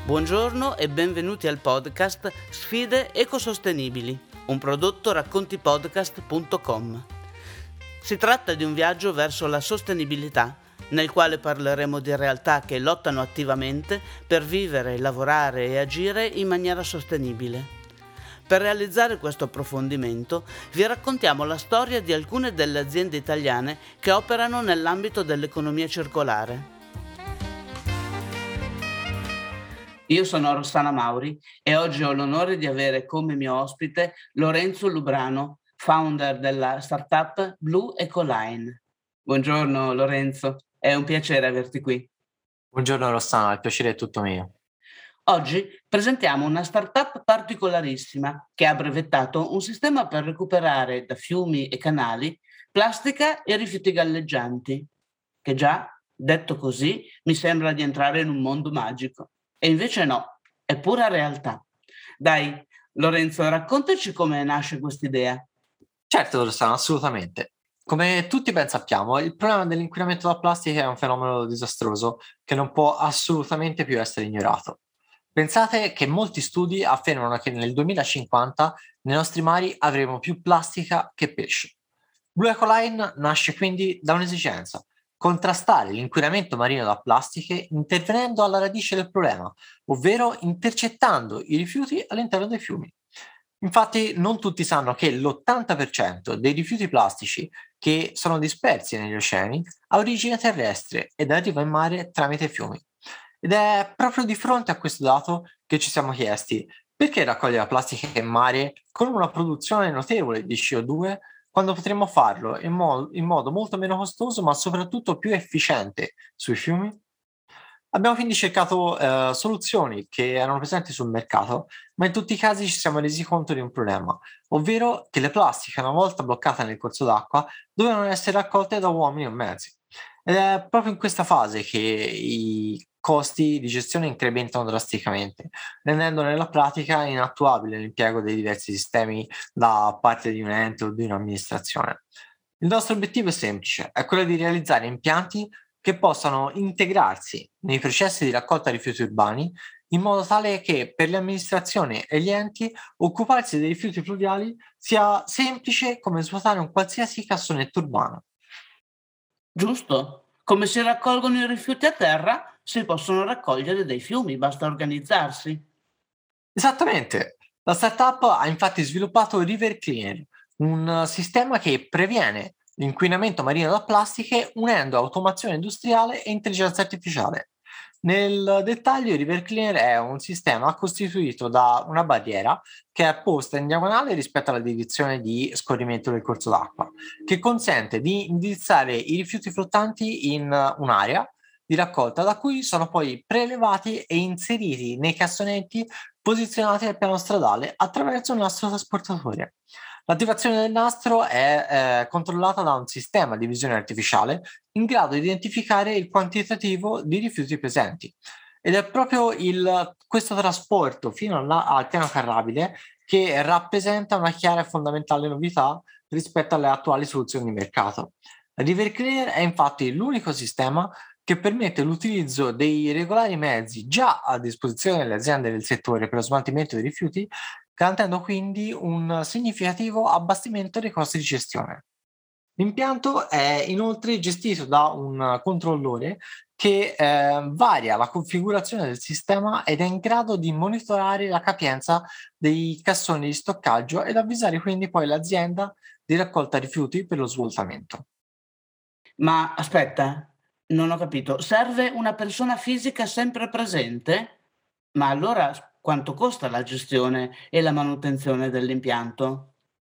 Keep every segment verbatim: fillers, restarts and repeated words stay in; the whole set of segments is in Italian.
Buongiorno e benvenuti al podcast Sfide ecosostenibili, un prodotto raccontipodcast punto com. Si tratta di un viaggio verso la sostenibilità, nel quale parleremo di realtà che lottano attivamente per vivere, lavorare e agire in maniera sostenibile. Per realizzare questo approfondimento vi raccontiamo la storia di alcune delle aziende italiane che operano nell'ambito dell'economia circolare. Io sono Rossana Mauri e oggi ho l'onore di avere come mio ospite Lorenzo Lubrano, founder della startup Blue Ecoline. Buongiorno Lorenzo, è un piacere averti qui. Buongiorno Rossana, il piacere è tutto mio. Oggi presentiamo una startup particolarissima che ha brevettato un sistema per recuperare da fiumi e canali plastica e rifiuti galleggianti, che già, detto così, mi sembra di entrare in un mondo magico. E invece no, è pura realtà. Dai, Lorenzo, raccontaci come nasce quest'idea. Certo Rossana, assolutamente. Come tutti ben sappiamo, il problema dell'inquinamento da plastica è un fenomeno disastroso che non può assolutamente più essere ignorato. Pensate che molti studi affermano che nel duemilacinquanta nei nostri mari avremo più plastica che pesce. Blue Ecoline nasce quindi da un'esigenza: contrastare l'inquinamento marino da plastiche intervenendo alla radice del problema, ovvero intercettando i rifiuti all'interno dei fiumi. Infatti non tutti sanno che l'ottanta per cento dei rifiuti plastici che sono dispersi negli oceani ha origine terrestre ed arriva in mare tramite fiumi. Ed è proprio di fronte a questo dato che ci siamo chiesti: perché raccogliere la plastica in mare con una produzione notevole di C O due quando potremmo farlo in, mo- in modo molto meno costoso ma soprattutto più efficiente sui fiumi? Abbiamo quindi cercato eh, soluzioni che erano presenti sul mercato, ma in tutti i casi ci siamo resi conto di un problema, ovvero che le plastiche, una volta bloccate nel corso d'acqua, dovevano essere raccolte da uomini o mezzi. Ed è proprio in questa fase che i costi di gestione incrementano drasticamente, rendendo nella pratica inattuabile l'impiego dei diversi sistemi da parte di un ente o di un'amministrazione. Il nostro obiettivo è semplice, è quello di realizzare impianti che possano integrarsi nei processi di raccolta rifiuti urbani in modo tale che per le amministrazioni e gli enti occuparsi dei rifiuti pluviali sia semplice come svuotare un qualsiasi cassonetto urbano. Giusto? Come si raccolgono i rifiuti a terra, si possono raccogliere dai fiumi, basta organizzarsi. Esattamente. La startup ha infatti sviluppato River Cleaner, un sistema che previene l'inquinamento marino da plastiche unendo automazione industriale e intelligenza artificiale. Nel dettaglio, River Cleaner è un sistema costituito da una barriera che è posta in diagonale rispetto alla direzione di scorrimento del corso d'acqua, che consente di indirizzare i rifiuti flottanti in un'area di raccolta da cui sono poi prelevati e inseriti nei cassonetti posizionati al piano stradale attraverso un nastro trasportatore. L'attivazione del nastro è eh, controllata da un sistema di visione artificiale in grado di identificare il quantitativo di rifiuti presenti. Ed è proprio il, questo trasporto fino alla, al piano carrabile che rappresenta una chiara e fondamentale novità rispetto alle attuali soluzioni di mercato. River Clear è infatti l'unico sistema che permette l'utilizzo dei regolari mezzi già a disposizione delle aziende del settore per lo smaltimento dei rifiuti, garantendo quindi un significativo abbastimento dei costi di gestione. L'impianto è inoltre gestito da un controllore che eh, varia la configurazione del sistema ed è in grado di monitorare la capienza dei cassoni di stoccaggio ed avvisare quindi poi l'azienda di raccolta rifiuti per lo svoltamento. Ma aspetta, non ho capito. Serve una persona fisica sempre presente? Ma allora s- quanto costa la gestione e la manutenzione dell'impianto?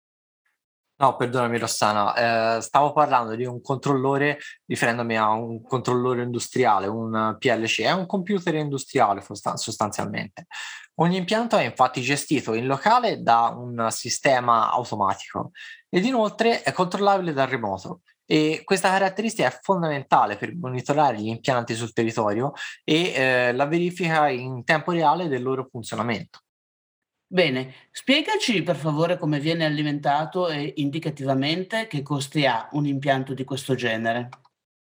No, perdonami Rossana, eh, stavo parlando di un controllore riferendomi a un controllore industriale, un P L C, è un computer industriale fostan- sostanzialmente. Ogni impianto è infatti gestito in locale da un sistema automatico ed inoltre è controllabile da remoto. E questa caratteristica è fondamentale per monitorare gli impianti sul territorio e eh, la verifica in tempo reale del loro funzionamento. Bene, spiegaci per favore come viene alimentato e indicativamente che costi ha un impianto di questo genere.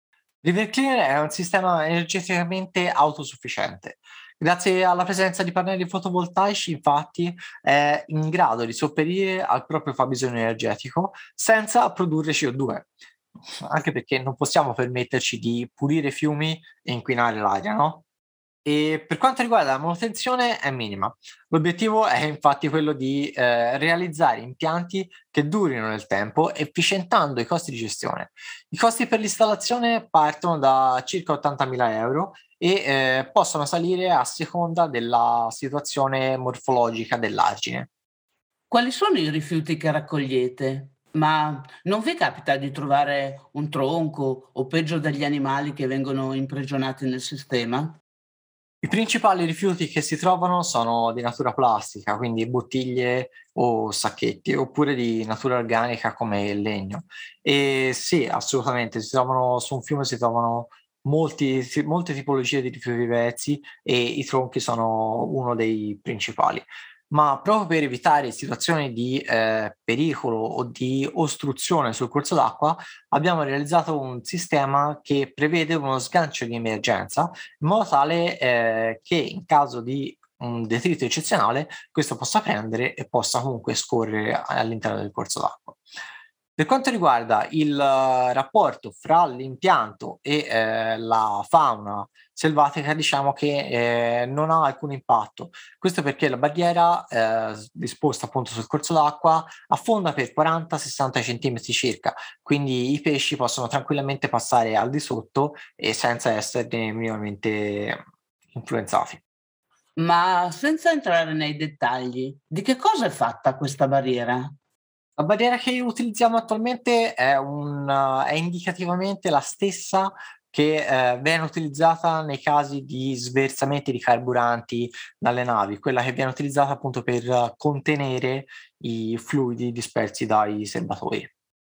River Cleaner è un sistema energeticamente autosufficiente. Grazie alla presenza di pannelli fotovoltaici, infatti, è in grado di sopperire al proprio fabbisogno energetico senza produrre C O due, anche perché non possiamo permetterci di pulire fiumi e inquinare l'aria, no? E per quanto riguarda la manutenzione è minima. L'obiettivo è infatti quello di eh, realizzare impianti che durino nel tempo, efficientando i costi di gestione. I costi per l'installazione partono da circa ottantamila euro e eh, possono salire a seconda della situazione morfologica dell'argine. Quali sono i rifiuti che raccogliete? Ma non vi capita di trovare un tronco o peggio degli animali che vengono imprigionati nel sistema? I principali rifiuti che si trovano sono di natura plastica, quindi bottiglie o sacchetti, oppure di natura organica come il legno. E sì, assolutamente, si trovano su un fiume si trovano molti, si- molte tipologie di rifiuti diversi e i tronchi sono uno dei principali. Ma proprio per evitare situazioni di eh, pericolo o di ostruzione sul corso d'acqua, abbiamo realizzato un sistema che prevede uno sgancio di emergenza in modo tale eh, che in caso di un detrito eccezionale questo possa prendere e possa comunque scorrere all'interno del corso d'acqua. Per quanto riguarda il eh, rapporto fra l'impianto e eh, la fauna selvatica, diciamo che eh, non ha alcun impatto. Questo perché la barriera eh, disposta appunto sul corso d'acqua affonda per quaranta sessanta centimetri circa, quindi i pesci possono tranquillamente passare al di sotto e senza esserne minimamente influenzati. Ma senza entrare nei dettagli, di che cosa è fatta questa barriera? La barriera che utilizziamo attualmente è, un, eh, è indicativamente la stessa che eh, viene utilizzata nei casi di sversamenti di carburanti dalle navi, quella che viene utilizzata appunto per eh, contenere i fluidi dispersi dai serbatoi.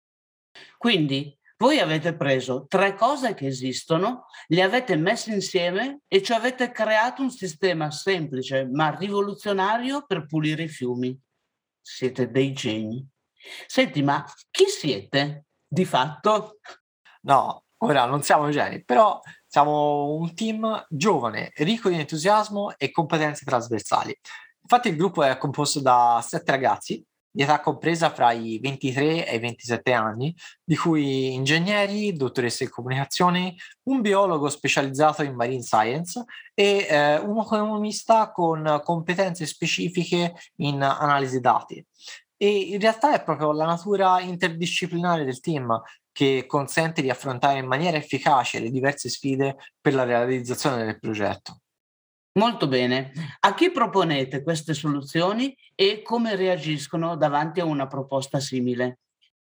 Quindi voi avete preso tre cose che esistono, le avete messe insieme e ci avete creato un sistema semplice ma rivoluzionario per pulire i fiumi. Siete dei geni. Senti, ma chi siete di fatto? No, ora non siamo geni, però siamo un team giovane, ricco di entusiasmo e competenze trasversali. Infatti il gruppo è composto da sette ragazzi di età compresa fra i ventitré e i ventisette anni, di cui ingegneri, dottoresse in comunicazione, un biologo specializzato in marine science e eh, un economista con competenze specifiche in analisi dati. E in realtà è proprio la natura interdisciplinare del team che consente di affrontare in maniera efficace le diverse sfide per la realizzazione del progetto. Molto bene. A chi proponete queste soluzioni e come reagiscono davanti a una proposta simile?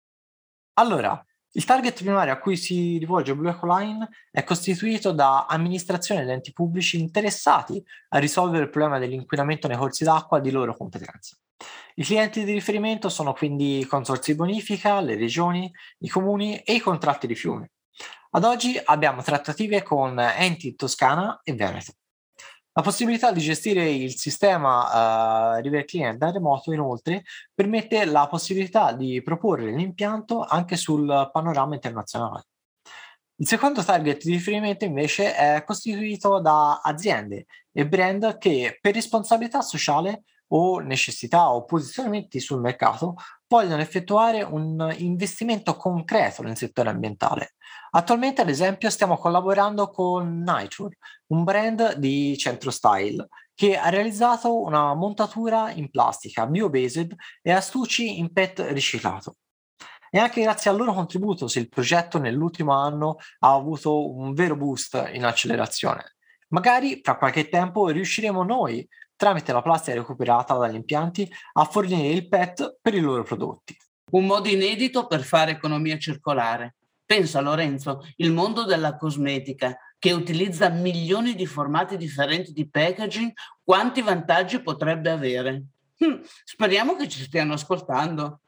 Allora, il target primario a cui si rivolge Blue Ecoline è costituito da amministrazioni ed enti pubblici interessati a risolvere il problema dell'inquinamento nei corsi d'acqua di loro competenza. I clienti di riferimento sono quindi i consorzi di bonifica, le regioni, i comuni e i contratti di fiume. Ad oggi abbiamo trattative con enti in Toscana e Veneto. La possibilità di gestire il sistema eh, River Cleaner da remoto, inoltre, permette la possibilità di proporre l'impianto anche sul panorama internazionale. Il secondo target di riferimento invece è costituito da aziende e brand che per responsabilità sociale o necessità o posizionamenti sul mercato vogliono effettuare un investimento concreto nel settore ambientale. Attualmente, ad esempio, stiamo collaborando con Niture, un brand di centro style, che ha realizzato una montatura in plastica bio-based e astucci in P E T riciclato. E anche grazie al loro contributo se il progetto nell'ultimo anno ha avuto un vero boost in accelerazione. Magari fra qualche tempo riusciremo noi, tramite la plastica recuperata dagli impianti, a fornire il P E T per i loro prodotti. Un modo inedito per fare economia circolare. Pensa, Lorenzo, il mondo della cosmetica, che utilizza milioni di formati differenti di packaging, quanti vantaggi potrebbe avere? Hm, speriamo che ci stiano ascoltando.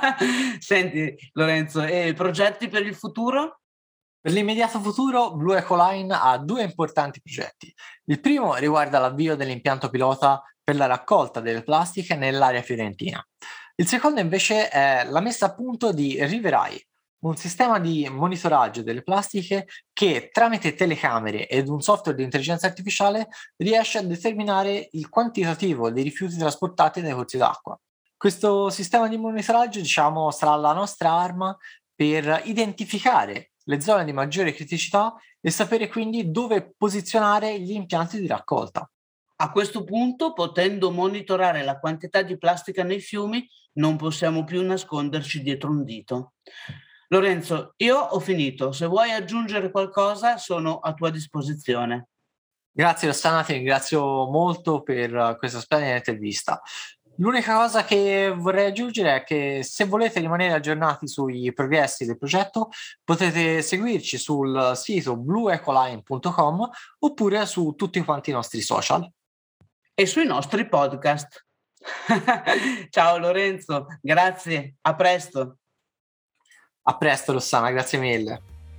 Senti, Lorenzo, e progetti per il futuro? Per l'immediato futuro, Blue Ecoline ha due importanti progetti. Il primo riguarda l'avvio dell'impianto pilota per la raccolta delle plastiche nell'area fiorentina. Il secondo invece è la messa a punto di River Eye, un sistema di monitoraggio delle plastiche che tramite telecamere ed un software di intelligenza artificiale riesce a determinare il quantitativo dei rifiuti trasportati dai corsi d'acqua. Questo sistema di monitoraggio, diciamo, sarà la nostra arma per identificare le zone di maggiore criticità e sapere quindi dove posizionare gli impianti di raccolta. A questo punto, potendo monitorare la quantità di plastica nei fiumi, non possiamo più nasconderci dietro un dito. Lorenzo, io ho finito. Se vuoi aggiungere qualcosa, sono a tua disposizione. Grazie Rossana, ti ringrazio molto per questa splendida intervista. L'unica cosa che vorrei aggiungere è che se volete rimanere aggiornati sui progressi del progetto potete seguirci sul sito blue ecoline punto com oppure su tutti quanti i nostri social. E sui nostri podcast. Ciao Lorenzo, grazie, a presto. A presto Rossana, grazie mille.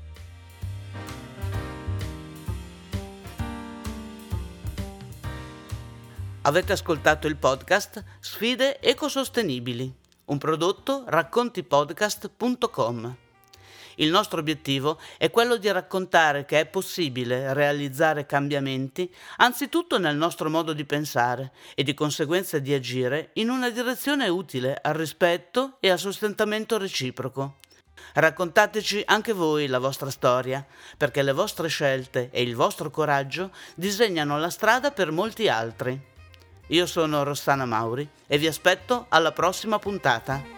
Avete ascoltato il podcast Sfide ecosostenibili, un prodotto raccontipodcast punto com. Il nostro obiettivo è quello di raccontare che è possibile realizzare cambiamenti anzitutto nel nostro modo di pensare e di conseguenza di agire in una direzione utile al rispetto e al sostentamento reciproco. Raccontateci anche voi la vostra storia, perché le vostre scelte e il vostro coraggio disegnano la strada per molti altri. Io sono Rossana Mauri e vi aspetto alla prossima puntata.